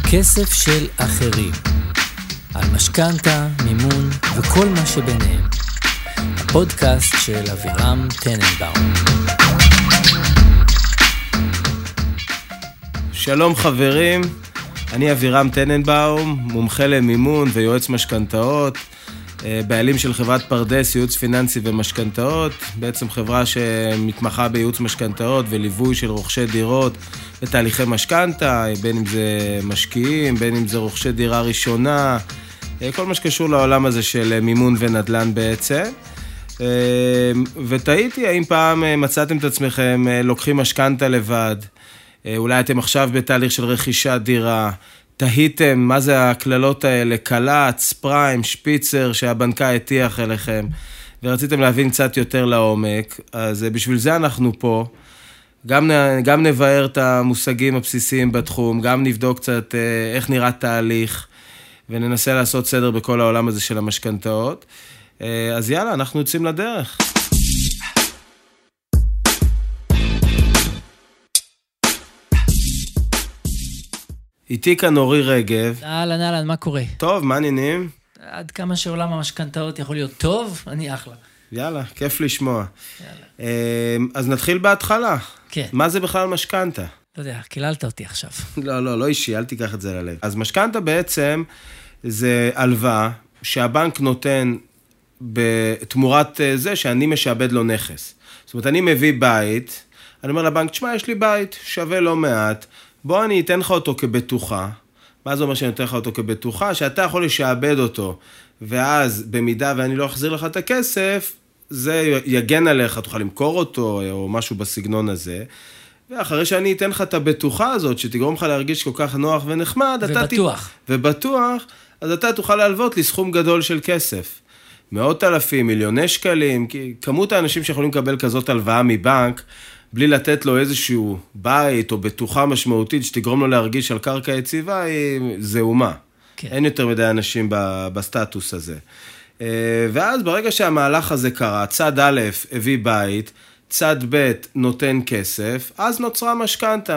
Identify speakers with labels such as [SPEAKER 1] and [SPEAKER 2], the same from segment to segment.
[SPEAKER 1] כסף של אחרים, על משכנתה, מימון וכל מה שביניהם. הפודקאסט של אבירם טננבאום.
[SPEAKER 2] שלום חברים, אני אבירם טננבאום, מומחה למימון ויועץ משכנתאות, בעלים של חברת פרדס, ייעוץ פיננסי ומשכנתאות, בעצם חברה שמתמחה בייעוץ משכנתאות וליווי של רוכשי דירות בתהליכי משכנתה, בין אם זה משקיעים, בין אם זה רוכשי דירה ראשונה, כל מה שקשור לעולם הזה של מימון ונדל"ן בעצם. ותהיתי, האם פעם מצאתם את עצמכם לוקחים משכנתה לבד, אולי אתם עכשיו בתהליך של רכישת דירה, תהיתם מה זה הכללות האלה, קלץ, פריים, שפיצר שהבנקה הטיח אליכם, ורציתם להבין קצת יותר לעומק, אז בשביל זה אנחנו פה, גם נבהר את המושגים הבסיסיים בתחום, גם נבדוק קצת איך נראה תהליך, וננסה לעשות סדר בכל העולם הזה של המשכנתאות. אז יאללה, אנחנו יוצאים לדרך. איתי כאן אורי רגב.
[SPEAKER 1] אהלן, מה קורה?
[SPEAKER 2] טוב, מה עניינים?
[SPEAKER 1] עד כמה שעולם המשכנתאות יכול להיות טוב, אני אחלה.
[SPEAKER 2] יאללה, כיף לשמוע. אז נתחיל בהתחלה.
[SPEAKER 1] כן.
[SPEAKER 2] מה זה בכלל משכנתה?
[SPEAKER 1] לא יודע, קיללת אותי עכשיו.
[SPEAKER 2] לא אישי, אל תיקח את זה ללב. אז משכנתה בעצם זה הלוואה שהבנק נותן בתמורת זה שאני משעבד לו נכס. זאת אומרת, אני מביא בית, אני אומר לבנק, תשמע, יש לי בית, שווה לא מעט, בוא אני אתן לך אותו כבטוחה. מה זה אומר שאני אתן לך אותו כבטוחה? שאתה יכול לשעבד אותו, ואז במידה ואני לא אחזיר לך את הכסף, זה יגן עליך, תוכל למכור אותו, או משהו בסגנון הזה. ואחרי שאני אתן לך את הבטוחה הזאת, שתגרום לך להרגיש כל כך נוח ונחמד, ובטוח, אז אתה תוכל להלוות לי סכום גדול של כסף. 100,000, מיליוני שקלים, כי כמות האנשים שיכולים לקבל כזאת הלוואה מבנק, בלי לתת לו איזשהו בית או בטוחה משמעותית שתגרום לו להרגיש על קרקע יציבה, היא זהומה. כן. אין יותר מדי אנשים בסטטוס הזה. ואז ברגע שהמהלך הזה קרה, צד א' הביא בית, צד ב' נותן כסף, אז נוצרה משכנתה.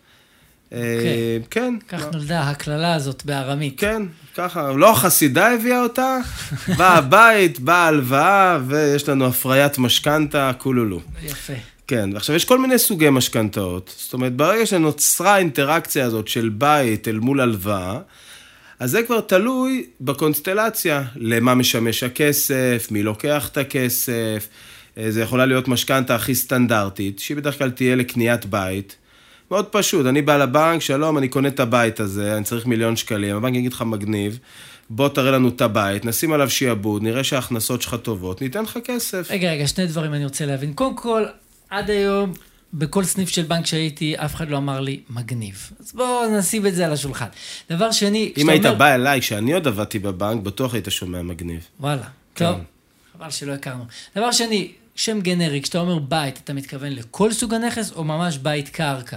[SPEAKER 2] כן.
[SPEAKER 1] כך נולדה הכללה הזאת בארמית.
[SPEAKER 2] כן, ככה. לא החסידה הביאה אותה, בא הבית, בא הלוואה, ויש לנו הפריית משכנתה, כולולו.
[SPEAKER 1] יפה.
[SPEAKER 2] כן, ועכשיו יש כל מיני סוגי משכנתאות, זאת אומרת, ברגע שנוצרה האינטראקציה הזאת של בית אל מול הלוואה, אז זה כבר תלוי בקונסטלציה, למה משמש הכסף, מי לוקח את הכסף, זה יכולה להיות משכנתה הכי סטנדרטית, שהיא בדרך כלל תהיה לקניית בית, מאוד פשוט, אני בא לבנק, שלום, אני קונה את הבית הזה, אני צריך 1,000,000 שקלים, הבנק יגיד לך מגניב, בוא תראה לנו את הבית, נשים עליו שיעבוד, נראה שההכנסות שלך טובות, ניתן לך כסף.
[SPEAKER 1] רגע, שני דברים אני רוצה להבין. קודם כל, עד היום, בכל סניף של בנק שהייתי, אף אחד לא אמר לי מגניב. אז בואו נשים את זה על השולחן. דבר שני,
[SPEAKER 2] אם היית בא אליי, כשאני עוד עבדתי בבנק, בטוח היית שומע מגניב.
[SPEAKER 1] וואלה, טוב. חבל שלא הכרנו. דבר שני, שם גנרי, כשאתה אומר בית, אתה מתכוון לכל סוג הנכס, או ממש בית קרקע?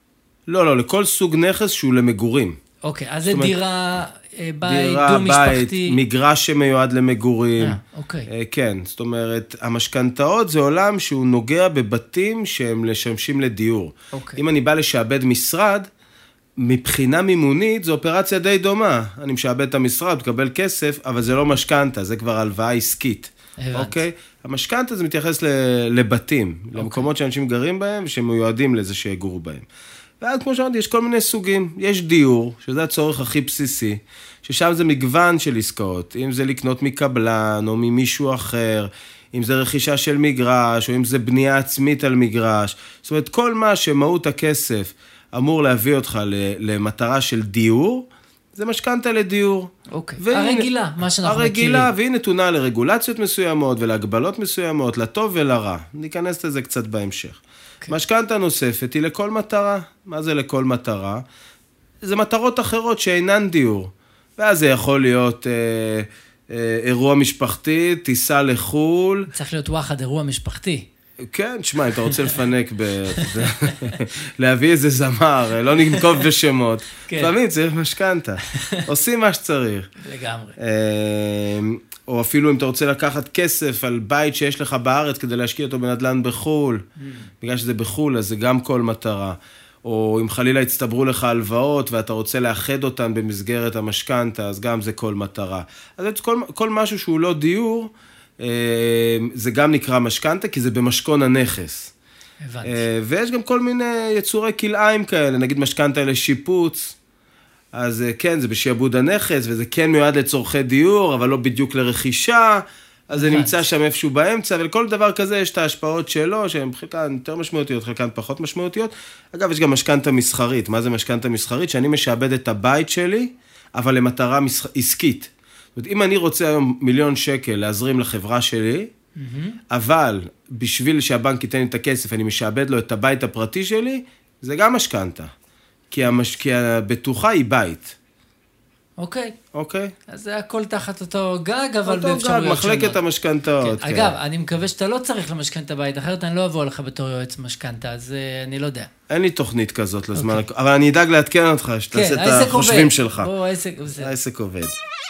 [SPEAKER 2] לא, לכל סוג נכס שהוא למגורים.
[SPEAKER 1] אוקיי, אז זה דירה, בית, דו-משפחתי.
[SPEAKER 2] מגרש שמיועד למגורים.
[SPEAKER 1] אוקיי.
[SPEAKER 2] כן, זאת אומרת, המשכנתאות זה עולם שהוא נוגע בבתים שהם לשמשים לדיור.
[SPEAKER 1] אוקיי.
[SPEAKER 2] אם אני בא לשעבד משרד, מבחינה מימונית זו אופרציה די דומה. אני משעבד את המשרד, מקבל כסף, אבל זה לא משכנתה, זה כבר הלוואה עסקית. אוקיי? המשכנתה זה מתייחס לבתים, למקומות שאנשים גרים בהם, ושמיועדים לזה שיגורו בהם. ואז כמו שאמרתי, יש כל מיני סוגים. יש דיור, שזה הצורך הכי בסיסי, ששם זה מגוון של עסקאות. אם זה לקנות מקבלן, או ממישהו אחר, אם זה רכישה של מגרש, או אם זה בנייה עצמית על מגרש. זאת אומרת, כל מה שמהות הכסף אמור להביא אותך למטרה של דיור, זה משכנתה לדיור.
[SPEAKER 1] אוקיי. הרגילה, מה שאנחנו מכירים.
[SPEAKER 2] הרגילה, והיא נתונה לרגולציות מסוימות, ולהגבלות מסוימות, לטוב ולרע. ניכנס לזה קצת בהמשך. משכנתה נוספת היא לכל מטרה. מה זה לכל מטרה? זה מטרות אחרות שאינן דיור. ואז זה יכול להיות אירוע משפחתי, טיסה לחול.
[SPEAKER 1] צריך להיות וואחד, אירוע משפחתי.
[SPEAKER 2] כן, תשמע, אם אתה רוצה לפנק, להביא איזה זמר, לא ננקוב בשמות. לפעמים צריך משכנתה. עושים מה שצריך.
[SPEAKER 1] לגמרי.
[SPEAKER 2] או אפילו אם אתה רוצה לקחת כסף על בית שיש לך בארץ כדי להשקיע אותו בנדל"ן בחול, בגלל שזה בחול, אז זה גם כל מטרה. או אם חלילה הצטברו לך הלוואות, ואתה רוצה לאחד אותן במסגרת המשכנתה, אז גם זה כל מטרה. אז כל משהו שהוא לא דיור, זה גם נקרא משכנתה, כי זה במשכון הנכס.
[SPEAKER 1] הבנתי.
[SPEAKER 2] ויש גם כל מיני יצורי כלאיים כאלה, נגיד משכנתה לשיפוץ, אז כן, זה בשעבוד הנכס, וזה כן מיועד לצורכי דיור, אבל לא בדיוק לרכישה, אז זה נמצא שם איפשהו באמצע, ולכל דבר כזה יש את ההשפעות שלו, שהן חלקן יותר משמעותיות, חלקן פחות משמעותיות. אגב, יש גם משכנתה מסחרית. מה זה משכנתה מסחרית? שאני משעבד את הבית שלי, אבל למטרה עסקית. זאת אומרת, אם אני רוצה היום 1,000,000 שקל להזרים לחברה שלי, אבל בשביל שהבנק ייתן לי את הכסף, אני משעבד לו את הבית הפרטי שלי, זה גם משכנתה. כי הבטוחה היא בית.
[SPEAKER 1] אוקיי.
[SPEAKER 2] אוקיי.
[SPEAKER 1] אז זה הכל תחת אותו גג, אבל באפשרויות
[SPEAKER 2] שונות. אותו גג, מחלקת המשכנתאות.
[SPEAKER 1] כן. אגב, אני מקווה שאתה לא צריך למשכנתה בית, אחרת אני לא אבוא לך בתור יועץ משכנתה, אז אני לא יודע.
[SPEAKER 2] אין לי תוכנית כזאת לזמן, אבל אני אדאג לעדכן אותך, שתעשה את החושבים שלך. העסק עובד.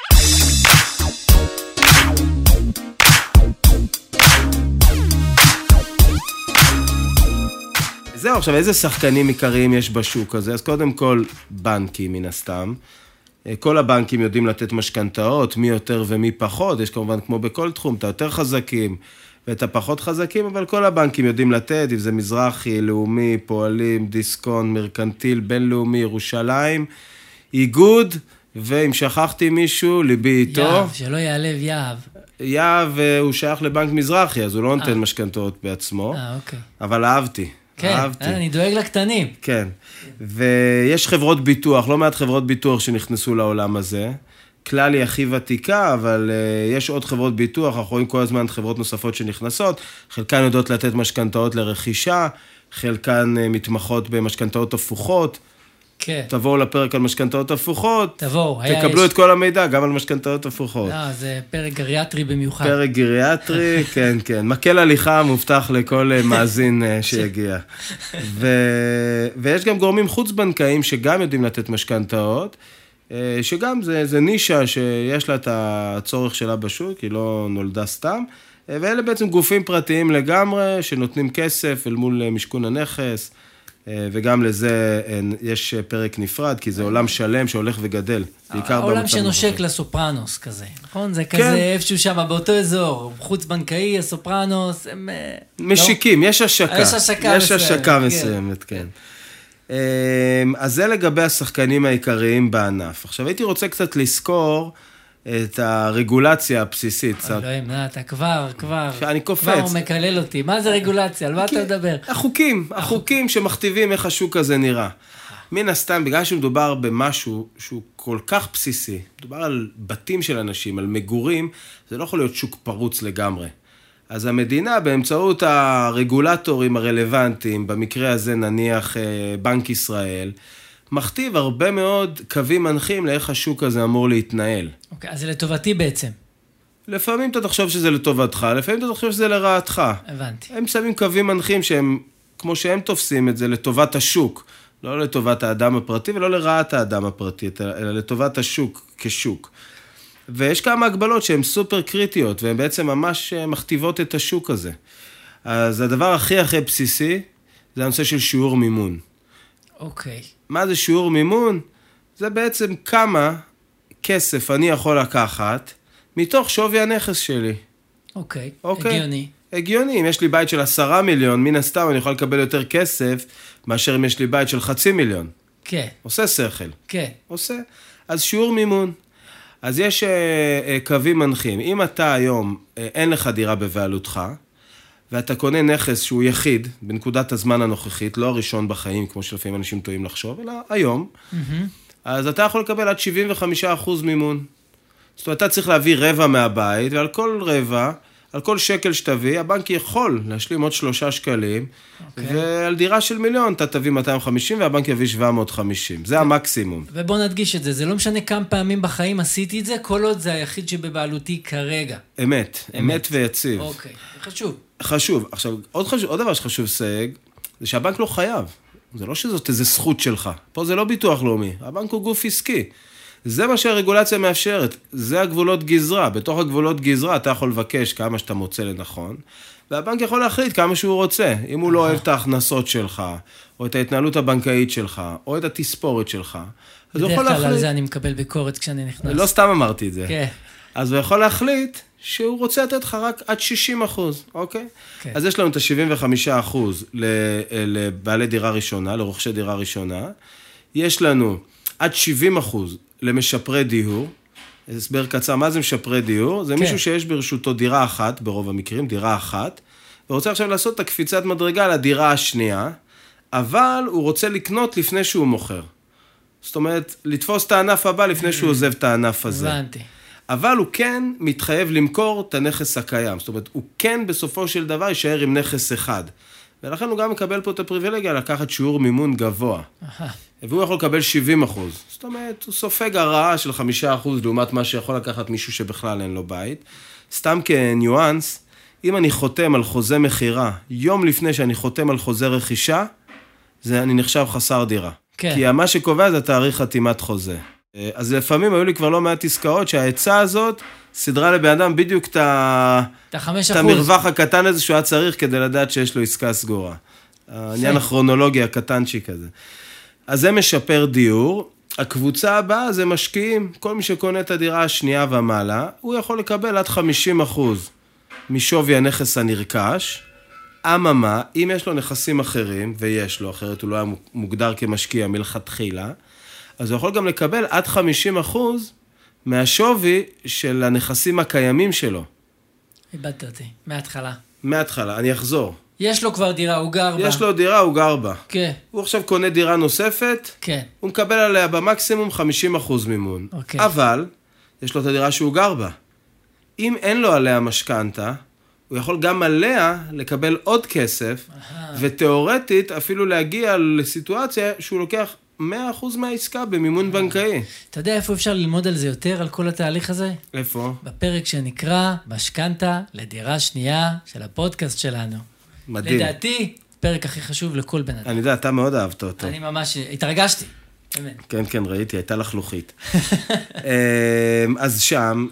[SPEAKER 2] זהו, עכשיו, איזה שחקנים עיקריים יש בשוק הזה? אז קודם כל, בנקים מן הסתם. כל הבנקים יודעים לתת משכנתאות, מי יותר ומי פחות. יש כמובן, כמו בכל תחום, את היותר חזקים ואת הפחות חזקים, אבל כל הבנקים יודעים לתת, אם זה מזרחי, לאומי, פועלים, דיסקון, מרקנטיל, בינלאומי, ירושלים, איגוד, ואם שכחתי מישהו, ליבי איתו.
[SPEAKER 1] יהב, שלא יעלב יהב.
[SPEAKER 2] יהב, הוא שייך לבנק מזרחי, אז הוא לא נותן משכנתאות בעצמו.
[SPEAKER 1] אוקיי.
[SPEAKER 2] אבל אהבתי.
[SPEAKER 1] כן, אני דואג לקטנים.
[SPEAKER 2] כן, ויש חברות ביטוח, לא מעט חברות ביטוח שנכנסו לעולם הזה. כלל היא הכי ותיקה, אבל יש עוד חברות ביטוח, אנחנו רואים כל הזמן חברות נוספות שנכנסות, חלקן יודעות לתת משכנתאות לרכישה, חלקן מתמחות במשכנתאות הפוכות.
[SPEAKER 1] כן.
[SPEAKER 2] תבואו לפרק על משכנתאות הפוכות.
[SPEAKER 1] תבואו.
[SPEAKER 2] תקבלו את כל המידע, גם על משכנתאות הפוכות.
[SPEAKER 1] לא, זה פרק גריאטרי במיוחד.
[SPEAKER 2] פרק גריאטרי, כן, כן. מקל הליכה מובטח לכל מאזין שיגיע. ויש גם גורמים חוץ-בנקאיים שגם יודעים לתת משכנתאות, שגם זה נישה שיש לה את הצורך שלה בשוק, היא לא נולדה סתם, ואלה בעצם גופים פרטיים לגמרי, שנותנים כסף אל מול משכון הנכס, וגם לזה יש פרק נפרד, כי זה עולם שלם שהולך וגדל.
[SPEAKER 1] העולם שנושק לסופרנוס כזה, נכון? זה כזה איפשהו שם, באותו אזור, חוץ בנקאי, הסופרנוס, הם...
[SPEAKER 2] משיקים, יש השקה. יש השקה מסוימת, כן. אז זה לגבי השחקנים העיקריים בענף. עכשיו, הייתי רוצה קצת לזכור את הרגולציה הבסיסית.
[SPEAKER 1] אלוהים, אתה כבר
[SPEAKER 2] אני קופץ.
[SPEAKER 1] כבר הוא מקלל אותי. מה זה רגולציה? על מה אתה מדבר?
[SPEAKER 2] החוקים שמכתיבים איך השוק הזה נראה. מן הסתם, בגלל שמדובר במשהו שהוא כל כך בסיסי, מדובר על בתים של אנשים, על מגורים, זה לא יכול להיות שוק פרוץ לגמרי. אז המדינה, באמצעות הרגולטורים הרלוונטיים, במקרה הזה נניח בנק ישראל, מכתיב הרבה מאוד קווים מנחים לאיך השוק הזה אמור להתנהל.
[SPEAKER 1] אוקיי, אז זה לטובתי בעצם.
[SPEAKER 2] לפעמים אתה תחשוב שזה לטובתך, לפעמים אתה תחשוב שזה לרעתך.
[SPEAKER 1] הבנתי.
[SPEAKER 2] הם שמים קווים מנחים שהם, כמו שהם תופסים את זה, לטובת השוק. לא לטובת האדם הפרטי ולא לרעת האדם הפרטי, אלא לטובת השוק כשוק. ויש כמה הגבלות שהן סופר קריטיות, והן בעצם ממש מכתיבות את השוק הזה. אז הדבר הכי בסיסי, זה הנושא של שיעור מימון.
[SPEAKER 1] אוקיי.
[SPEAKER 2] מה זה שיעור מימון? זה בעצם כמה כסף אני יכול לקחת מתוך שווי הנכס שלי.
[SPEAKER 1] אוקיי. הגיוני.
[SPEAKER 2] הגיוני, אם יש לי בית של 10 מיליון, מן הסתם אני יכול לקבל יותר כסף, מאשר אם יש לי בית של 500,000.
[SPEAKER 1] כן.
[SPEAKER 2] עושה שכל.
[SPEAKER 1] כן.
[SPEAKER 2] עושה. אז שיעור מימון. אז יש קווים מנחים. אם אתה היום אין לך דירה בבעלותך, ואתה קונה נכס שהוא יחיד, בנקודת הזמן הנוכחית, לא הראשון בחיים, כמו שלפעמים אנשים טועים לחשוב, אלא היום, אז אתה יכול לקבל עד 75% מימון. זאת אומרת, אתה צריך להביא רבע מהבית, ועל כל רבע, על כל שקל שתביא, הבנק יכול להשלים עוד 3 שקלים, ועל דירה של 1,000,000 אתה תביא 250, והבנק יביא 750. זה המקסימום.
[SPEAKER 1] ובוא נדגיש את זה, זה לא משנה כמה פעמים בחיים עשיתי את זה, כל עוד זה היחיד שבבעלותי כרגע.
[SPEAKER 2] אמת ויציב.
[SPEAKER 1] אוקיי, חשוב.
[SPEAKER 2] חשוב. עכשיו, עוד דבר שחשוב סייג, זה שהבנק לא חייב. זה לא שזאת איזו זכות שלך. פה זה לא ביטוח לאומי. הבנק הוא גוף עסקי. זה מה שהרגולציה מאפשרת, זה הגבולות גזרה. בתוך הגבולות גזרה אתה יכול לבקש כמה שאתה מוצא לנכון, והבנק יכול להחליט כמה שהוא רוצה. אם הוא לא אוהב את ההכנסות שלך, או את ההתנהלות הבנקאית שלך, או את התספורת שלך, אז הוא יכול להחליט.
[SPEAKER 1] בדרך כלל על זה אני מקבל ביקורת כשאני נכנס.
[SPEAKER 2] לא סתם אמרתי את זה.
[SPEAKER 1] כן.
[SPEAKER 2] אז הוא יכול להחליט שהוא רוצה לתת לך רק עד 60%, אוקיי? כן. אז יש לנו את ה-75% לבעלי דירה ראשונה, לרוכשי דירה ראשונה. יש לנו עד 70% למשפרי דיור. הסבר קצר, מה זה משפרי דיור? זה כן. מישהו שיש ברשותו דירה אחת, ברוב המקרים, דירה אחת, ורוצה עכשיו לעשות את הקפיצת מדרגה לדירה השנייה, אבל הוא רוצה לקנות לפני שהוא מוכר. זאת אומרת, לתפוס את הענף הבא לפני שהוא עוזב את הענף הזה.
[SPEAKER 1] הבנתי.
[SPEAKER 2] אבל הוא כן מתחייב למכור את הנכס הקיים. זאת אומרת, הוא כן בסופו של דבר יישאר עם נכס אחד. ולכן הוא גם מקבל פה את הפריבילגיה לקחת שיעור מימון גבוה. והוא יכול לקבל 70%. זאת אומרת, הוא סופג הרעה של 5% לעומת מה שיכול לקחת מישהו שבכלל אין לו בית. סתם כניואנס, אם אני חותם על חוזה מחירה, יום לפני שאני חותם על חוזה רכישה, אני נחשב חסר דירה. כן. כי מה שקובע זה תאריך חתימת חוזה. אז לפעמים היו לי כבר לא מעט עסקאות שההיצע הזאת סדרה לבן אדם בדיוק את המרווח הקטן הזה שהוא היה צריך כדי לדעת שיש לו עסקה סגורה. העניין הכרונולוגי הקטנצ'י כזה. אז זה משפר דיור. הקבוצה הבאה זה משקיעים. כל מי שקונה את הדירה השנייה ומעלה, הוא יכול לקבל עד 50% משווי הנכס הנרכש. אממה, אם יש לו נכסים אחרים, ויש לו, אחרת הוא לא היה מוגדר כמשקיע מלכתחילה, אז הוא יכול גם לקבל עד 50% מהשווי של הנכסים הקיימים שלו.
[SPEAKER 1] איבדת אותי, מההתחלה.
[SPEAKER 2] מההתחלה, אני אחזור.
[SPEAKER 1] יש לו כבר דירה, הוא גר בה.
[SPEAKER 2] יש לו דירה, הוא גר בה.
[SPEAKER 1] כן.
[SPEAKER 2] הוא עכשיו קונה דירה נוספת,
[SPEAKER 1] כן.
[SPEAKER 2] הוא מקבל עליה במקסימום 50% מימון.
[SPEAKER 1] אוקיי.
[SPEAKER 2] אבל, יש לו את הדירה שהוא גר בה. אם אין לו עליה משכנתה, הוא יכול גם עליה לקבל עוד כסף, ותיאורטית אפילו להגיע לסיטואציה שהוא לוקח 100% מהעסקה במימון בנקאי.
[SPEAKER 1] אתה יודע איפה אפשר ללמוד על זה יותר, על כל התהליך הזה?
[SPEAKER 2] איפה?
[SPEAKER 1] בפרק שנקרא משכנתה לדירה שנייה של הפודקאסט שלנו.
[SPEAKER 2] מדהים.
[SPEAKER 1] לדעתי, פרק הכי חשוב לכל בן אדם.
[SPEAKER 2] אני יודע, אתה מאוד אהבת אותו.
[SPEAKER 1] אני ממש התרגשתי.
[SPEAKER 2] כן, כן, ראיתי, הייתה לך לוחית. אז שם,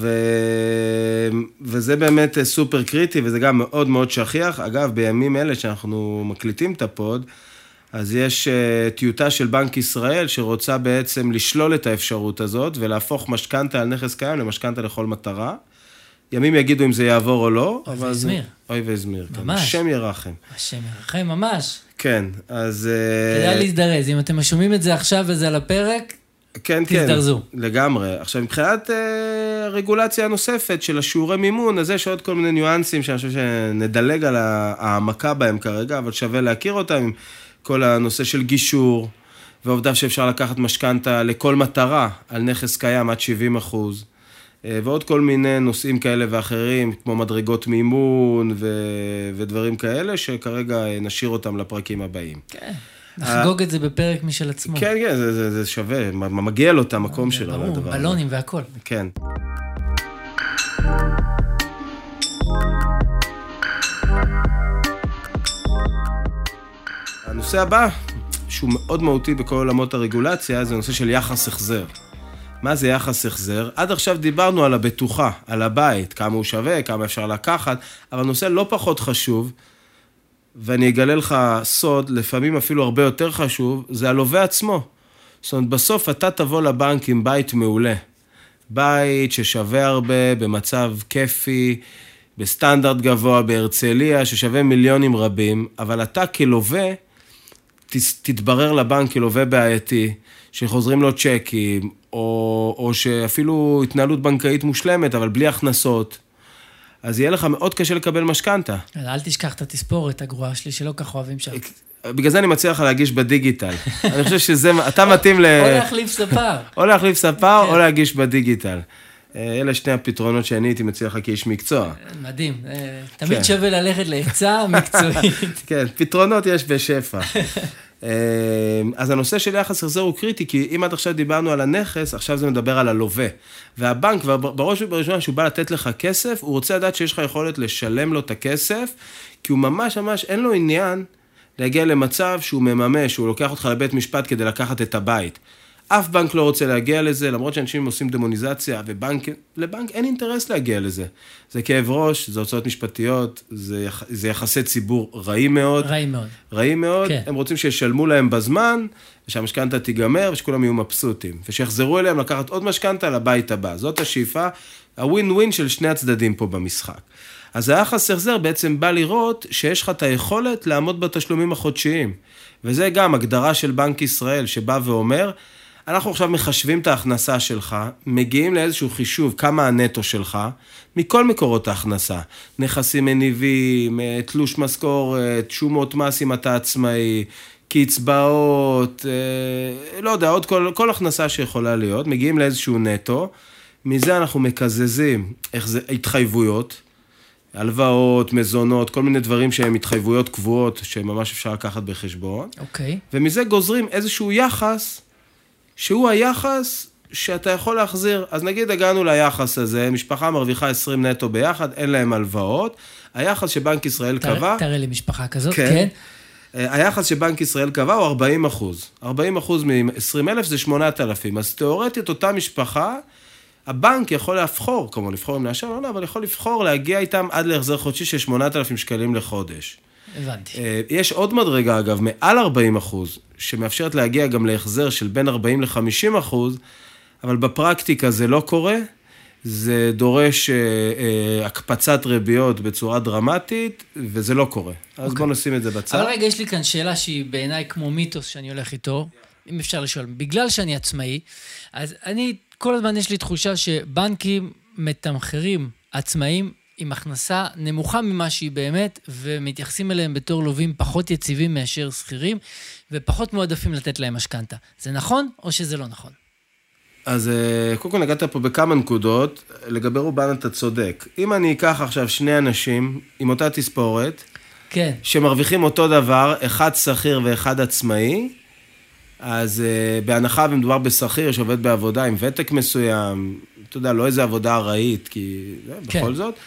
[SPEAKER 2] וזה באמת סופר קריטי, וזה גם מאוד מאוד שכיח. אגב, בימים אלה שאנחנו מקליטים את הפוד, אז יש טיוטה של בנק ישראל שרוצה בעצם לשלול את האפשרות הזאת, ולהפוך משכנתה על נכס קיים למשכנתה לכל מטרה. ימים יגידו אם זה יעבור או לא.
[SPEAKER 1] אוי ואזמיר.
[SPEAKER 2] אוי ואזמיר, כן.
[SPEAKER 1] ממש.
[SPEAKER 2] השם ירחם.
[SPEAKER 1] השם ירחם, ממש.
[SPEAKER 2] כן, אז...
[SPEAKER 1] כדאי להזדרז, אם אתם שומעים את זה עכשיו וזה על הפרק,
[SPEAKER 2] כן,
[SPEAKER 1] תזדרזו.
[SPEAKER 2] כן, לגמרי. עכשיו, מבחינת רגולציה הנוספת של השיעורי מימון, אז יש עוד כל מיני ניואנסים שאני חושב שנדלג על העמקה בהם כרגע, אבל שווה להכיר אותם עם כל הנושא של גישור, ועובדה שאפשר לקחת משכנתה לכל מטרה על נכס קיים עד 70%, ועוד כל מיני נושאים כאלה ואחרים, כמו מדרגות מימון ודברים כאלה, שכרגע נשאיר אותם לפרקים הבאים.
[SPEAKER 1] כן. נחגוג את זה בפרק משל עצמו.
[SPEAKER 2] כן, כן, זה שווה, מגיע לו את המקום שלו.
[SPEAKER 1] ברור, בלונים והכל.
[SPEAKER 2] כן. הנושא הבא, שהוא מאוד מהותי בכל עולמות הרגולציה, זה נושא של יחס החזר. מה זה יחס החזר? עד עכשיו דיברנו על הבטוחה, על הבית, כמה הוא שווה, כמה אפשר לקחת, אבל נושא לא פחות חשוב, ואני אגלה לך סוד, לפעמים אפילו הרבה יותר חשוב, זה הלווה עצמו. זאת אומרת, בסוף אתה תבוא לבנק עם בית מעולה. בית ששווה הרבה, במצב כיפי, בסטנדרט גבוה, בהרצליה, ששווה מיליונים רבים, אבל אתה כלווה, תתברר לבנק כלווה בעייתי, שחוזרים לו צ'קים, או שאפילו התנהלות בנקאית מושלמת, אבל בלי הכנסות. אז יהיה לך מאוד קשה לקבל משכנתה.
[SPEAKER 1] אל תשכח את התספורת הגרועה שלי, שלא כך אוהבים שם.
[SPEAKER 2] בגלל זה אני מציע לך להגיש בדיגיטל. אני חושב שזה, אתה מתאים ל...
[SPEAKER 1] או להחליף ספר.
[SPEAKER 2] או להחליף ספר, או להגיש בדיגיטל. אלה שני הפתרונות שאני הייתי מציע לך כאיש מקצוע.
[SPEAKER 1] מדהים. תמיד שווה ללכת להצעה מקצועית.
[SPEAKER 2] כן, פתרונות יש בשפע. אז הנושא של יחס החזר הוא קריטי, כי אם עד עכשיו דיברנו על הנכס, עכשיו זה מדבר על הלווה. והבנק, בראש ובראשונה שהוא בא לתת לך כסף, הוא רוצה לדעת שיש לך יכולת לשלם לו את הכסף, כי הוא ממש אין לו עניין להגיע למצב שהוא מממש, שהוא לוקח אותך לבית משפט כדי לקחת את הבית. אף בנק לא רוצה להגיע לזה, למרות שאנשים עושים דמוניזציה, לבנק אין אינטרס להגיע לזה. זה כאב ראש, זה הוצאות משפטיות, זה יחסי ציבור רעים מאוד. רעים מאוד. כן. הם רוצים שישלמו להם בזמן, ושהמשכנתה תיגמר, ושכולם יהיו מבסוטים. ושיחזרו אליהם לקחת עוד משכנתה לבית הבא. זאת השאיפה, הווין-ווין של שני הצדדים פה במשחק. אז היחס החזר בעצם בא לראות שיש לך את היכולת לעמוד בתשלומים החודשיים. וזה גם הגדרה של בנק ישראל שבא ואומר, אנחנו עכשיו מחשבים את ההכנסה שלך, מגיעים לאיזשהו חישוב כמה הנטו שלך, מכל מקורות ההכנסה, נכסים מניבים, תלוש משכורת, שומות מס אם אתה עצמאי, קצבאות, לא יודע, עוד כל הכנסה שיכולה להיות, מגיעים לאיזשהו נטו, מזה אנחנו מקזזים התחייבויות, הלוואות, מזונות, כל מיני דברים שהם התחייבויות קבועות, שממש אפשר לקחת בחשבון.
[SPEAKER 1] אוקיי.
[SPEAKER 2] ומזה גוזרים איזשהו יחס, שהוא היחס שאתה יכול להחזיר. אז נגיד הגענו ליחס הזה, משפחה מרוויחה 20 נטו ביחד, אין להם הלוואות. היחס שבנק ישראל קבע...
[SPEAKER 1] תראה לי משפחה כזאת, כן.
[SPEAKER 2] היחס שבנק ישראל קבע הוא 40%. 40% מ-20,000 זה 8,000. אז תיאורטית אותה משפחה, הבנק יכול לבחור, כמו לבחור אם לאשר, לא, אבל יכול לבחור להגיע איתם עד להחזר חודשי של 8,000 שקלים לחודש.
[SPEAKER 1] הבנתי.
[SPEAKER 2] יש עוד מדרגה, אגב, מעל 40%, שמאפשרת להגיע גם להחזר של בין 40 ל-50%, אבל בפרקטיקה זה לא קורה, זה דורש הקפצת ריביות בצורה דרמטית, וזה לא קורה. אז בואו נשים את זה בצד.
[SPEAKER 1] אבל רגע, יש לי כאן שאלה שהיא בעיניי כמו מיתוס שאני הולך איתו, אם אפשר לשאול, בגלל שאני עצמאי, אז אני, כל הזמן יש לי תחושה שבנקים מתמחרים עצמאים עם הכנסה נמוכה ממה שהיא באמת, ומתייחסים אליהם בתור לווים פחות יציבים מאשר שכירים, ופחות מועדפים לתת להם משכנתה. זה נכון או שזה לא נכון?
[SPEAKER 2] אז קודם כל נגעת פה בכמה נקודות, לגבי רובן אתה צודק. אם אני אקח עכשיו שני אנשים עם אותה תספורת,
[SPEAKER 1] כן.
[SPEAKER 2] שמרוויחים אותו דבר, אחד שכיר ואחד עצמאי, אז בהנחה ומדובר בשכיר שעובד בעבודה עם ותק מסוים, אתה יודע, לא איזה עבודה ארעית, כי כן. בכל זאת,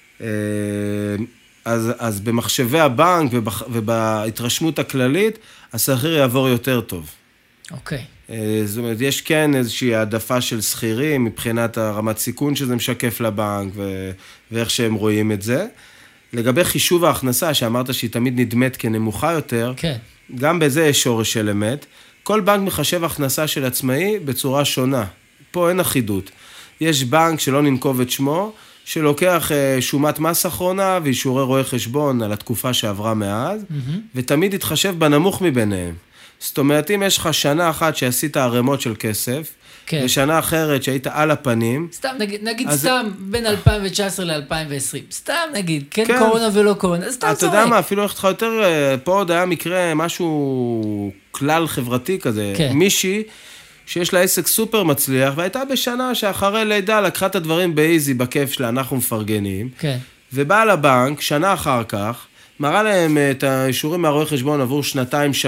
[SPEAKER 2] אז במחשבי הבנק ובהתרשמות הכללית, השכיר יעבור יותר טוב.
[SPEAKER 1] אוקיי.
[SPEAKER 2] זאת אומרת, יש כן איזושהי העדפה של שכירים, מבחינת הרמת סיכון שזה משקף לבנק, ואיך שהם רואים את זה. לגבי חישוב ההכנסה, שאמרת שהיא תמיד נדמת כנמוכה יותר,
[SPEAKER 1] כן.
[SPEAKER 2] גם בזה יש שורש של אמת. כל בנק מחשב הכנסה של עצמאי בצורה שונה. פה אין אחידות. יש בנק שלא ננקוב את שמו, שלוקח שומת מס אחרונה ואישורי רואה חשבון על התקופה שעברה מאז, ותמיד יתחשב בנמוך מביניהם. זאת אומרת, אם יש לך שנה אחת שעשית ערימות של כסף, כן. ושנה אחרת שהיית על הפנים...
[SPEAKER 1] סתם, נגיד סתם בין 2019 ל-2020. סתם נגיד, כן קורונה ולא קורונה, אז סתם זורק.
[SPEAKER 2] אתה יודע מה, אפילו איך לך יותר... פה עוד היה מקרה, משהו כלל חברתי כזה. כן. מישהי שיש לה עסק סופר מצליח, והייתה בשנה שאחרי לידה לקחה את הדברים באיזי, בכיף שלה, אנחנו מפרגנים.
[SPEAKER 1] כן.
[SPEAKER 2] ובאה לבנק, שנה אחר כך, מראה להם את האישורים מהרואה חשבון עבור 2-3,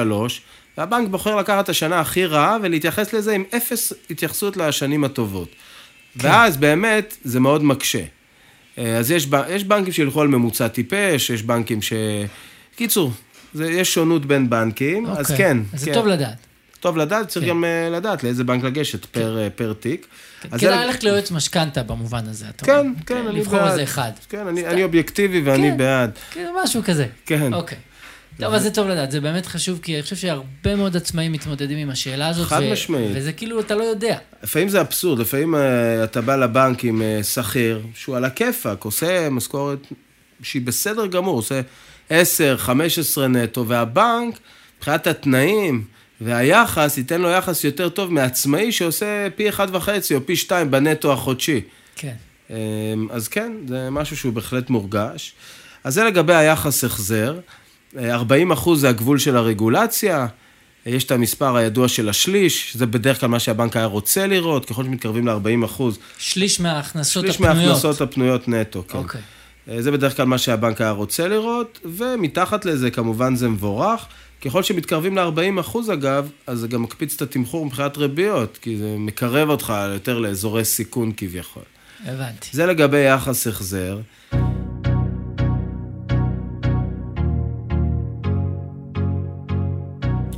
[SPEAKER 2] והבנק בוחר לקחת את השנה הכי רעה, ולהתייחס לזה עם 0 התייחסות לשנים הטובות. כן. ואז באמת זה מאוד מקשה. אז יש בנקים שילכו על ממוצע טיפש, יש בנקים ש... קיצור, יש שונות בין בנקים, אז כן.
[SPEAKER 1] אז זה טוב לדעת.
[SPEAKER 2] טוב לדעת, צריך גם לדעת לאיזה בנק לגשת פר תיק.
[SPEAKER 1] כדאי ללכת ליועץ משכנתה במובן הזה.
[SPEAKER 2] כן, כן, אני בעד.
[SPEAKER 1] לבחור איזה אחד.
[SPEAKER 2] כן, אני אובייקטיבי ואני בעד.
[SPEAKER 1] כן, משהו כזה.
[SPEAKER 2] כן.
[SPEAKER 1] אוקיי. טוב, אז זה טוב לדעת, זה באמת חשוב, כי אני חושב שהרבה מאוד עצמאים מתמודדים עם השאלה הזאת.
[SPEAKER 2] חד משמעית.
[SPEAKER 1] וזה כאילו, אתה לא יודע.
[SPEAKER 2] לפעמים זה אבסורד, לפעמים אתה בא לבנק עם שכיר, שהוא על הכיפק, עושה משכורת שהיא בסדר גמור, עושה 10, 15 נטו, והבנק, מבחינת התנאים והיחס, ייתן לו יחס יותר טוב מעצמאי, שעושה פי 1.5 או פי 2 בנטו החודשי.
[SPEAKER 1] כן.
[SPEAKER 2] אז כן, זה משהו שהוא בהחלט מורגש. אז זה לגבי היחס החזר. 40% זה הגבול של הרגולציה, יש את המספר הידוע של השליש, זה בדרך כלל מה שהבנק היה רוצה לראות, ככל שמתקרבים ל-40%.
[SPEAKER 1] שליש מההכנסות הפנויות.
[SPEAKER 2] שליש מההכנסות הפנויות נטו, כן.
[SPEAKER 1] אוקיי.
[SPEAKER 2] זה בדרך כלל מה שהבנק היה רוצה לראות, ומתחת לזה כמובן זה מבורך. ככל שמתקרבים ל-40% אגב, אז זה גם מקפיץ את התמחור מבחינת ריביות, כי זה מקרב אותך יותר לאזורי סיכון כביכול.
[SPEAKER 1] הבנתי.
[SPEAKER 2] זה לגבי יחס החזר.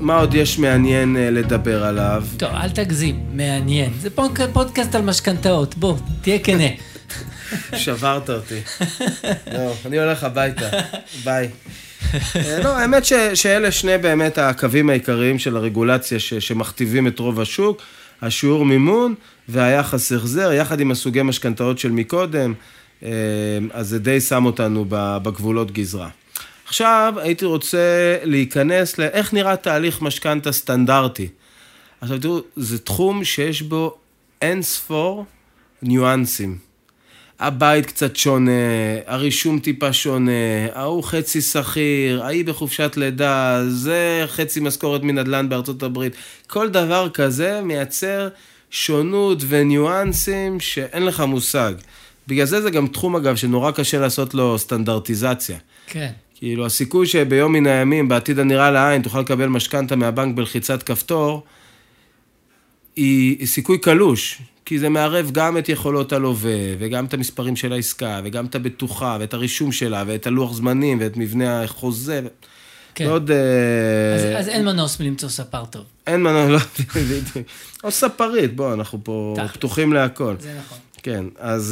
[SPEAKER 2] מה עוד יש מעניין לדבר עליו?
[SPEAKER 1] טוב, אל תגזים, מעניין. זה פודקאסט על משכנתאות, בוא, תהיה כנה.
[SPEAKER 2] שברת אותי. לא, אני הולך הביתה. ביי. לא, האמת שאלה שני באמת הקווים העיקריים של הרגולציה שמכתיבים את רוב השוק, השיעור מימון והיחס החזר, יחד עם הסוגי משכנתאות של מקודם, אז זה די שם אותנו בגבולות גזרה. עכשיו הייתי רוצה להיכנס לאיך נראה תהליך משכנתה סטנדרטי. עכשיו תראו, זה תחום שיש בו אין ספור ניואנסים. הבית קצת שונה, הרישום טיפה שונה, ההוא חצי שכיר, ההיא בחופשת לידה, זה חצי משכורת מנדל"ן בארצות הברית. כל דבר כזה מייצר שונות וניואנסים שאין לך מושג. בגלל זה גם תחום אגב שנורא קשה לעשות לו סטנדרטיזציה.
[SPEAKER 1] כן.
[SPEAKER 2] כאילו הסיכוי שביום מן הימים, בעתיד הנראה לעין, תוכל לקבל משכנתה מהבנק בלחיצת כפתור, היא סיכוי קלוש. כי זה מערב גם את יכולות הלווה, וגם את המספרים של העסקה, וגם את הבטוחה, ואת הרישום שלה, ואת הלוח זמנים, ואת מבנה החוזה.
[SPEAKER 1] כן.
[SPEAKER 2] ועוד...
[SPEAKER 1] אז אין מנוס מלמצוא ספר טוב.
[SPEAKER 2] אין מנוס, לא... או ספרית, בוא, אנחנו פה פתוחים להכל.
[SPEAKER 1] זה נכון.
[SPEAKER 2] כן,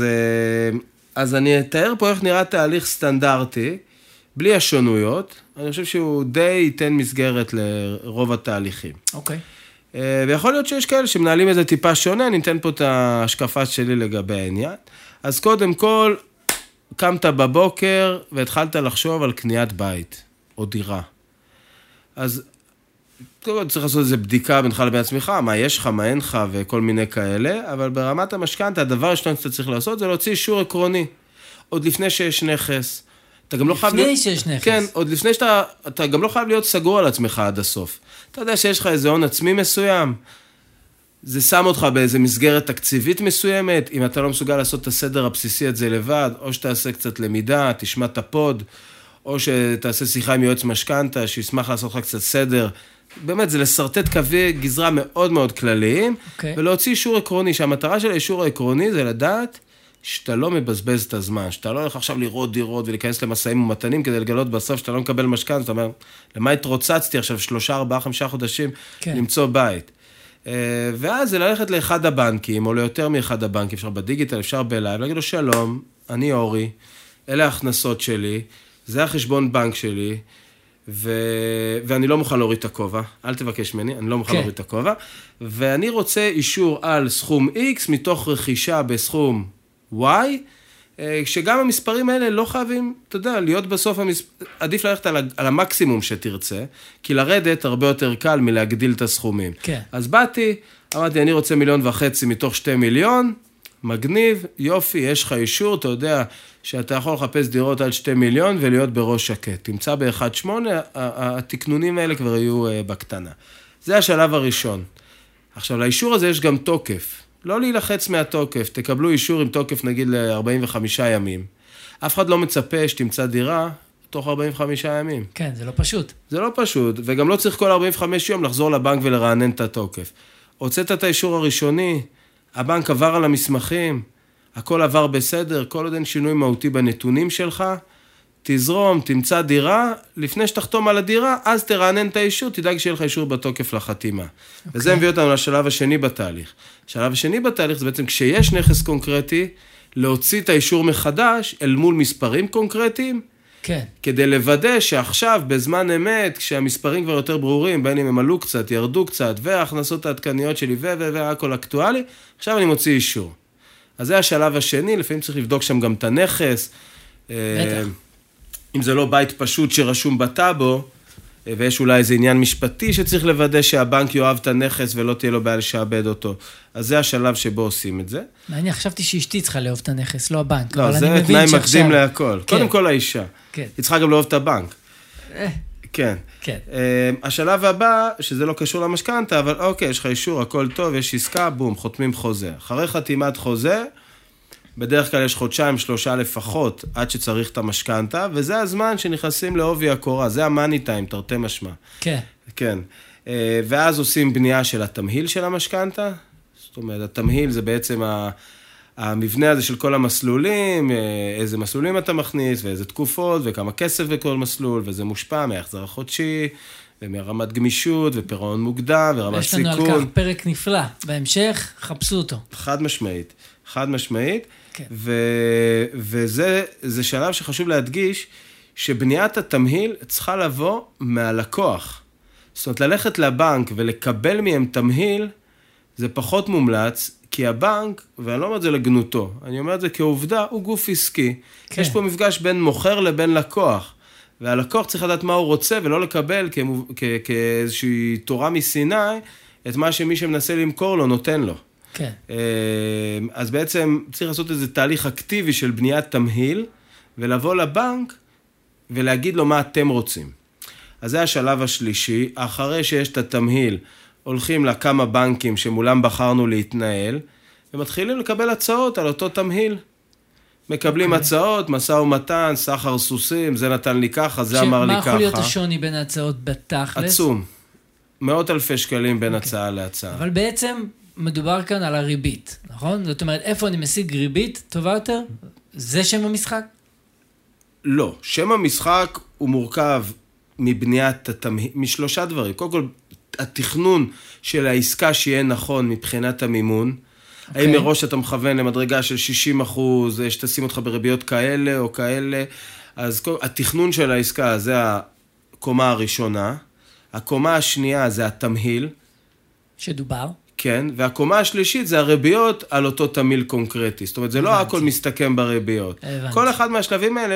[SPEAKER 2] אז אני אתאר פה איך נראה תהליך סטנדרטי, בלי השונויות. אני חושב שהוא די ייתן מסגרת לרוב התהליכים.
[SPEAKER 1] אוקיי.
[SPEAKER 2] ויכול להיות שיש כאלה שמנהלים איזה טיפה שונה, אני אתן פה את ההשקפה שלי לגבי העניין. אז קודם כל, קמת בבוקר והתחלת לחשוב על קניית בית או דירה. אז צריך לעשות איזו בדיקה בינך לבין עצמך, מה יש לך, מה אין לך וכל מיני כאלה, אבל ברמת המשכנתה, הדבר הראשון שאתה צריך לעשות זה להוציא אישור עקרוני, עוד לפני שיש נכס. אתה גם לא חייב להיות...
[SPEAKER 1] לפני שיש נכס.
[SPEAKER 2] כן, עוד לפני אתה גם לא חייב להיות סגור על עצמך עד הסוף. אתה יודע שיש לך איזה הון עצמי מסוים, זה שם אותך באיזה מסגרת תקציבית מסוימת, אם אתה לא מסוגל לעשות את הסדר הבסיסי את זה לבד, או שתעשה קצת למידה, תשמע את הפוד, או שתעשה שיחה עם יועץ משכנתה, שישמח לעשות לך קצת סדר. באמת, זה לסרטט קווי גזרה מאוד מאוד כלליים, ולהוציא אישור עקרוני, שהמטרה של האישור העקרוני זה לדעת שאתה לא מבזבז את הזמן, שאתה לא הולך עכשיו לראות דירות ולהיכנס למסעים ומתנים כדי לגלות בסוף שאתה לא מקבל משכנתה, אתה אומר, למה התרוצצתי עכשיו 3, 4, 5 חודשים למצוא בית. ואז זה ללכת לאחד הבנקים, או ליותר מאחד הבנקים, אפשר בדיגיטל, אפשר בלייב, להגיד לו שלום, אני אורי, אלה ההכנסות שלי, זה החשבון בנק שלי, ואני לא מוכן להוריד את הכובע, אל תבקש ממני, אני לא מוכן להוריד את הכובע, ואני רוצה אישור על סכום X מתוך רכישה בסכום Y, שגם המספרים האלה לא חייבים, אתה יודע, להיות בסוף, עדיף ללכת על המקסימום שתרצה, כי לרדת הרבה יותר קל מלהגדיל את הסכומים.
[SPEAKER 1] כן.
[SPEAKER 2] אז באתי, אמרתי, אני רוצה 1.5 מיליון מתוך 2 מיליון, מגניב, יופי, יש לך אישור, אתה יודע שאתה יכול לחפש דירות על 2 מיליון ולהיות בראש שקט. תמצא ב-1.8, התקנונים האלה כבר יהיו בקטנה. זה השלב הראשון. עכשיו, לאישור הזה יש גם תוקף. לא להילחץ מהתוקף, תקבלו אישור עם תוקף נגיד ל-45 ימים. אף אחד לא מצפה שתמצא דירה תוך 45 ימים.
[SPEAKER 1] כן, זה לא פשוט.
[SPEAKER 2] זה לא פשוט, וגם לא צריך כל 45 יום לחזור לבנק ולרענן את התוקף. הוצאת את האישור הראשוני, הבנק עבר על המסמכים, הכל עבר בסדר, כל עוד אין שינוי מהותי בנתונים שלך, תזרום, תמצא דירה, לפני שתחתום על הדירה, אז תרענן את האישור, תדאג שיהיה לך אישור בתוקף לחתימה. וזה מביא אותנו לשלב השני בתהליך. השלב השני בתהליך זה בעצם כשיש נכס קונקרטי, להוציא את האישור מחדש אל מול מספרים קונקרטיים,
[SPEAKER 1] כן.
[SPEAKER 2] כדי לוודא שעכשיו, בזמן אמת, כשהמספרים כבר יותר ברורים, בין אם הם עלו קצת, ירדו קצת, וההכנסות העדכניות שלי והכל אקטואלי, עכשיו אני מוציא אישור. אז זה השלב השני, לפעמים צריך לבדוק שם גם את הנכס.
[SPEAKER 1] בטח.
[SPEAKER 2] אם זה לא בית פשוט שרשום בטאבו, ויש אולי איזה עניין משפטי שצריך לוודא שהבנק יאהב את הנכס ולא תהיה לו בעיה לשעבד אותו. אז זה השלב שבו עושים את זה.
[SPEAKER 1] אני חשבתי שאשתי צריכה לאהוב את הנכס, לא הבנק.
[SPEAKER 2] לא, זה תנאי מקדים להכל. קודם כל האישה.
[SPEAKER 1] כן.
[SPEAKER 2] היא צריכה גם לאהוב את הבנק. כן.
[SPEAKER 1] כן.
[SPEAKER 2] השלב הבא, שזה לא קשור למשכנתה, אבל אוקיי, יש לך אישור, הכל טוב, יש עסקה, בום, חותמים חוזה. אחרי חתימת חוזה, בדרך כלל יש 2-3 לפחות עד שצריך את המשכנתה, וזה הזמן שנכנסים לעובי הקורה, זה המאני טיים, תרתי משמע.
[SPEAKER 1] כן.
[SPEAKER 2] כן. ואז עושים בנייה של התמהיל של המשכנתה, זאת אומרת, התמהיל זה בעצם המבנה הזה של כל המסלולים, איזה מסלולים אתה מכניס, ואיזה תקופות, וכמה כסף בכל מסלול, וזה מושפע מההחזר החודשי, ומרמת גמישות, ופירעון מוקדם, ורמת סיכון.
[SPEAKER 1] יש לנו על כך פרק נפלא. בהמשך, חפשו אותו.
[SPEAKER 2] חד משמעית. חד משמעית.
[SPEAKER 1] כן.
[SPEAKER 2] וזה שלב שחשוב להדגיש, שבניית התמהיל צריכה לבוא מהלקוח. זאת אומרת, ללכת לבנק ולקבל מהם תמהיל, זה פחות מומלץ, כי הבנק, ואני לא אומר את זה לגנותו, אני אומר את זה כעובדה, הוא גוף עסקי. כן. יש פה מפגש בין מוכר לבין לקוח, והלקוח צריך לדעת מה הוא רוצה, ולא לקבל כאיזושהי תורה מסיני, את מה שמי שמנסה למכור לו נותן לו.
[SPEAKER 1] כן.
[SPEAKER 2] אז בעצם צריך לעשות איזה תהליך אקטיבי של בניית תמהיל, ולבוא לבנק ולהגיד לו מה אתם רוצים. אז זה השלב השלישי, אחרי שיש את התמהיל, הולכים לכמה בנקים שמולם בחרנו להתנהל, ומתחילים לקבל הצעות על אותו תמהיל. מקבלים הצעות, מסע ומתן, סחר סוסים, זה נתן לי ככה, זה אמר לי ככה.
[SPEAKER 1] מה יכול להיות השוני בין ההצעות בתכלס?
[SPEAKER 2] עצום. מאות אלפי שקלים בין הצעה להצעה.
[SPEAKER 1] אבל בעצם מדובר כאן על הריבית, נכון? זאת אומרת, איפה אני משיג ריבית טובה יותר? זה שם המשחק?
[SPEAKER 2] לא. שם המשחק הוא מורכב מבניית התמהיל, משלושה דברים. קודם כל, התכנון של העסקה שיהיה נכון מבחינת המימון. האם מראש אתה מכוון למדרגה של 60%, שתשים אותך בריביות כאלה או כאלה. אז התכנון של העסקה זה הקומה הראשונה. הקומה השנייה זה התמהיל.
[SPEAKER 1] שדובר.
[SPEAKER 2] כן, והקומה השלישית זה הריביות על אותו תמהיל קונקרטי. זאת אומרת, זה לא הכל מסתכם בריביות. כל אחד מהשלבים האלה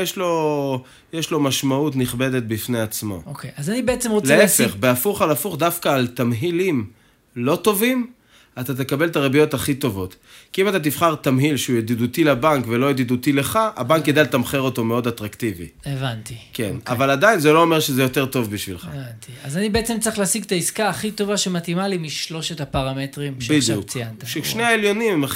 [SPEAKER 2] יש לו משמעות נכבדת בפני עצמו.
[SPEAKER 1] אוקיי, אז אני בעצם רוצה להסיק...
[SPEAKER 2] להפך, בהפוך על הפוך, דווקא על תמהילים לא טובים, אתה תקבל את הריביות הכי טובות. כי אם אתה תבחר תמהיל שהוא ידידותי לבנק ולא ידידותי לך, הבנק ידע לתמחר אותו מאוד אטרקטיבי.
[SPEAKER 1] הבנתי.
[SPEAKER 2] כן, אבל עדיין זה לא אומר שזה יותר טוב בשבילך.
[SPEAKER 1] הבנתי. אז אני בעצם צריך להשיג את העסקה הכי טובה שמתאימה לי משלושת הפרמטרים שעכשיו ציינת.
[SPEAKER 2] ששני העליונים הם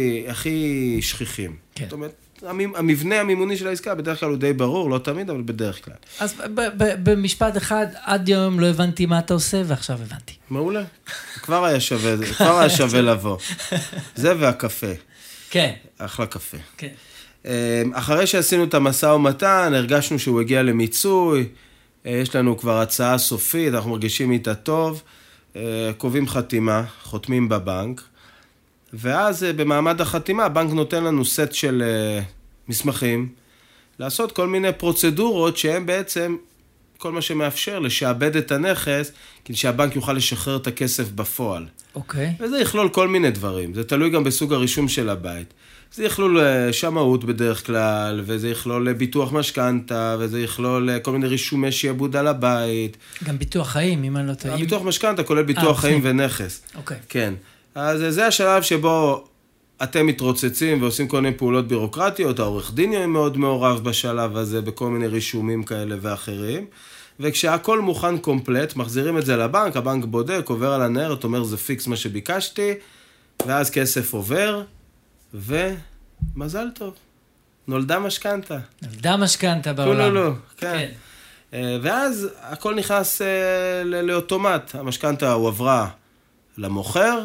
[SPEAKER 2] הכי שכיחים.
[SPEAKER 1] כן.
[SPEAKER 2] זאת אומרת, המבנה המימוני של העסקה בדרך כלל הוא די ברור, לא תמיד, אבל בדרך כלל.
[SPEAKER 1] אז במשפט אחד, עד יום לא הבנתי מה אתה עושה, ועכשיו הבנתי.
[SPEAKER 2] מעולה. כבר היה שווה לבוא. זה והקפה.
[SPEAKER 1] כן.
[SPEAKER 2] אחלה קפה.
[SPEAKER 1] כן.
[SPEAKER 2] אחרי שעשינו את המשא ומתן, הרגשנו שהוא הגיע למיצוי, יש לנו כבר הצעה סופית, אנחנו מרגישים איתה טוב, קובעים חתימה, חותמים בבנק, ואז במעמד החתימה, הבנק נותן לנו סט של מסמכים, לעשות כל מיני פרוצדורות שהן בעצם כל מה שמאפשר לשעבד את הנכס, כדי שהבנק יוכל לשחרר את הכסף בפועל.
[SPEAKER 1] אוקיי.
[SPEAKER 2] וזה יכלול כל מיני דברים, זה תלוי גם בסוג הרישום של הבית. זה יכלול שמאות בדרך כלל, וזה יכלול ביטוח משכנתה, וזה יכלול כל מיני רישומי שיעבוד על הבית.
[SPEAKER 1] גם ביטוח חיים, אם אני לא טועה.
[SPEAKER 2] ביטוח משכנתה כולל ביטוח חיים ונכס.
[SPEAKER 1] אוקיי.
[SPEAKER 2] כן. אז זה השלב שבו אתם מתרוצצים ועושים כל מיני פעולות בירוקרטיות, העורך דין מאוד מעורב בשלב הזה, בכל מיני רישומים כאלה ואחרים, וכשהכל מוכן קומפלט, מחזירים את זה לבנק, הבנק בודק, עובר על הנערת, אומר זה פיקס מה שביקשתי, ואז כסף עובר, ומזל טוב. נולדה משכנתה.
[SPEAKER 1] נולדה משכנתה בעולם.
[SPEAKER 2] לא, כן. ואז הכל נכנס לאוטומט. המשכנתה הועברה למוכר,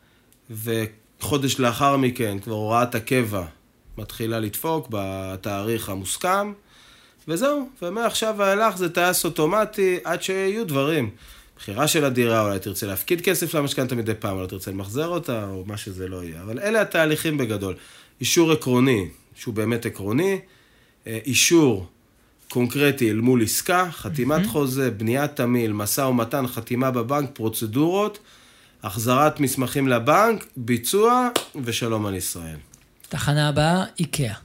[SPEAKER 2] וחודש לאחר מכן כבר הוראת הקבע מתחילה לדפוק בתאריך המוסכם, וזהו. ומעכשיו ואילך זה טייס אוטומטי עד שיהיו דברים. בחירה של הדירה, אולי תרצה להפקיד כסף למשכנתה מדי פעם, אולי תרצה למחזר אותה, או מה שזה לא יהיה. אבל אלה התהליכים בגדול. אישור עקרוני, שהוא באמת עקרוני, אישור קונקרטי אל מול עסקה, חתימת חוזה, בניית תמהיל, משא ומתן, חתימה בבנק, פרוצדורות, החזרת מסמכים לבנק, ביצוע ושלום על ישראל.
[SPEAKER 1] תחנה הבאה, איקאה.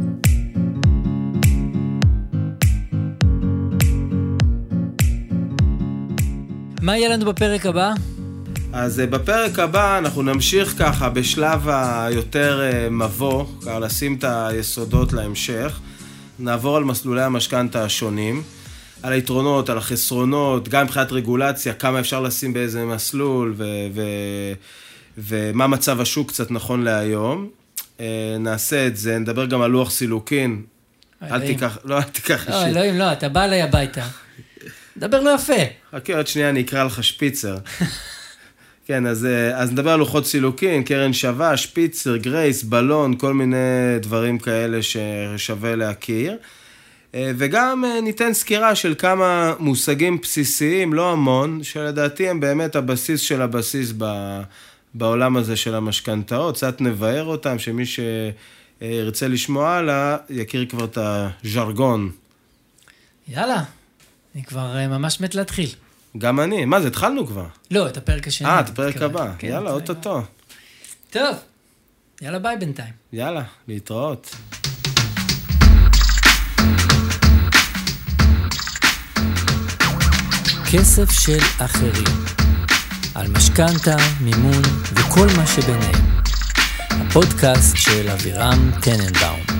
[SPEAKER 1] מה יהיה לנו בפרק הבא?
[SPEAKER 2] אז בפרק הבא אנחנו נמשיך ככה בשלב היותר מבוא, ככה לשים את היסודות להמשך. נעבור על מסלולי המשכנתה השונים, על היתרונות, על החסרונות, גם מבחינת רגולציה, כמה אפשר לשים באיזה מסלול ומה מצב השוק קצת נכון להיום. נעשה את זה, נדבר גם על לוח סילוקין. אל תיקח אישית.
[SPEAKER 1] לא, אלוהים, לא, אתה בא אליי הביתה. דבר לא יפה.
[SPEAKER 2] חכה, עוד שנייה אני אקרא לך שפיצר. כן, אז נדבר על לוחות סילוקין, קרן שווה, שפיצר, גרייס, בלון, כל מיני דברים כאלה ששווה להכיר. וגם ניתן סקירה של כמה מושגים בסיסיים, לא המון, שלדעתי הם באמת הבסיס של הבסיס בעולם הזה של המשכנתאות. קצת נבהר אותם, שמי שירצה לשמוע הלאה, יכיר כבר את הז'רגון.
[SPEAKER 1] יאללה, אני כבר ממש מת להתחיל.
[SPEAKER 2] גם אני. מה זה, התחלנו כבר?
[SPEAKER 1] לא, את הפרק השני.
[SPEAKER 2] את הפרק הבא. כן, יאללה, אוטוטו.
[SPEAKER 1] טוב, יאללה ביי בינתיים.
[SPEAKER 2] יאללה, להתראות.
[SPEAKER 1] כסף של אחרים. על משכנתה, מימון וכל מה שביניהם. הפודקאסט של אבירם טננבאום.